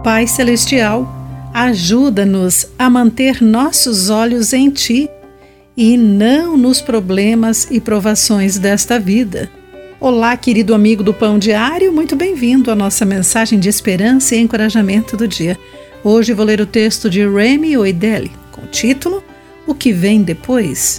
Pai Celestial, ajuda-nos a manter nossos olhos em Ti e não nos problemas e provações desta vida. Olá, querido amigo do Pão Diário, muito bem-vindo à nossa mensagem de esperança e encorajamento do dia. Hoje vou ler o texto de Remy Oideli, com o título O que vem depois.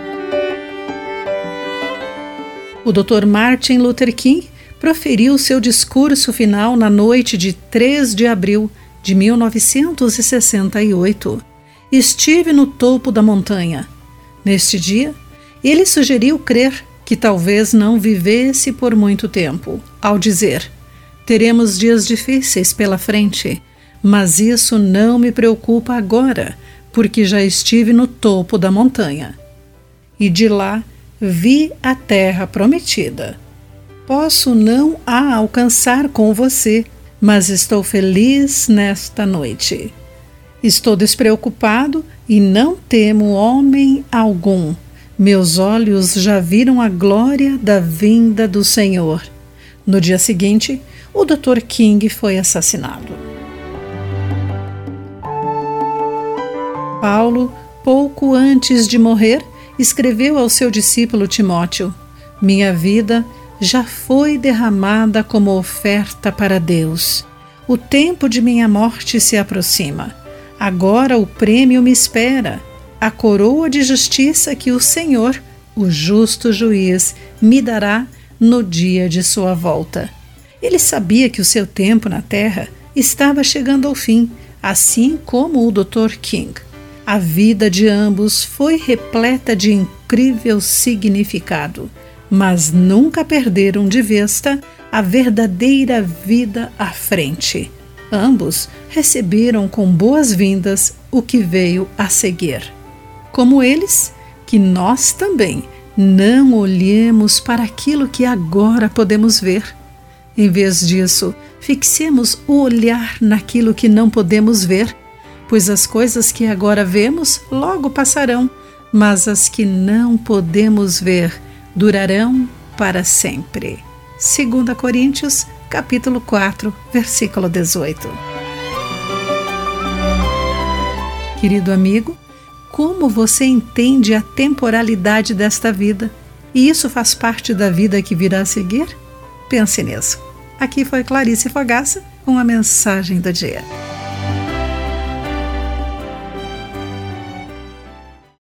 O Dr. Martin Luther King proferiu seu discurso final na noite de 3 de abril de 1968. Estive no topo da montanha. Neste dia, ele sugeriu crer que talvez não vivesse por muito tempo, ao dizer: teremos dias difíceis pela frente, mas isso não me preocupa agora, porque já estive no topo da montanha. E de lá vi a terra prometida. Posso não a alcançar com você, mas estou feliz nesta noite. Estou despreocupado e não temo homem algum. Meus olhos já viram a glória da vinda do Senhor. No dia seguinte, o Dr. King foi assassinado. Paulo, pouco antes de morrer, escreveu ao seu discípulo Timóteo: minha vida já foi derramada como oferta para Deus. O tempo de minha morte se aproxima. Agora o prêmio me espera, a coroa de justiça que o Senhor, o justo juiz, me dará no dia de sua volta. Ele sabia que o seu tempo na terra estava chegando ao fim, assim como o Dr. King. A vida de ambos foi repleta de incrível significado, mas nunca perderam de vista a verdadeira vida à frente. Ambos receberam com boas-vindas o que veio a seguir. Como eles, que nós também não olhemos para aquilo que agora podemos ver. Em vez disso, fixemos o olhar naquilo que não podemos ver, pois as coisas que agora vemos logo passarão, mas as que não podemos ver durarão para sempre. 2 Coríntios, capítulo 4, versículo 18. Querido amigo, como você entende a temporalidade desta vida? E isso faz parte da vida que virá a seguir? Pense nisso. Aqui foi Clarice Fogaça com a mensagem do dia.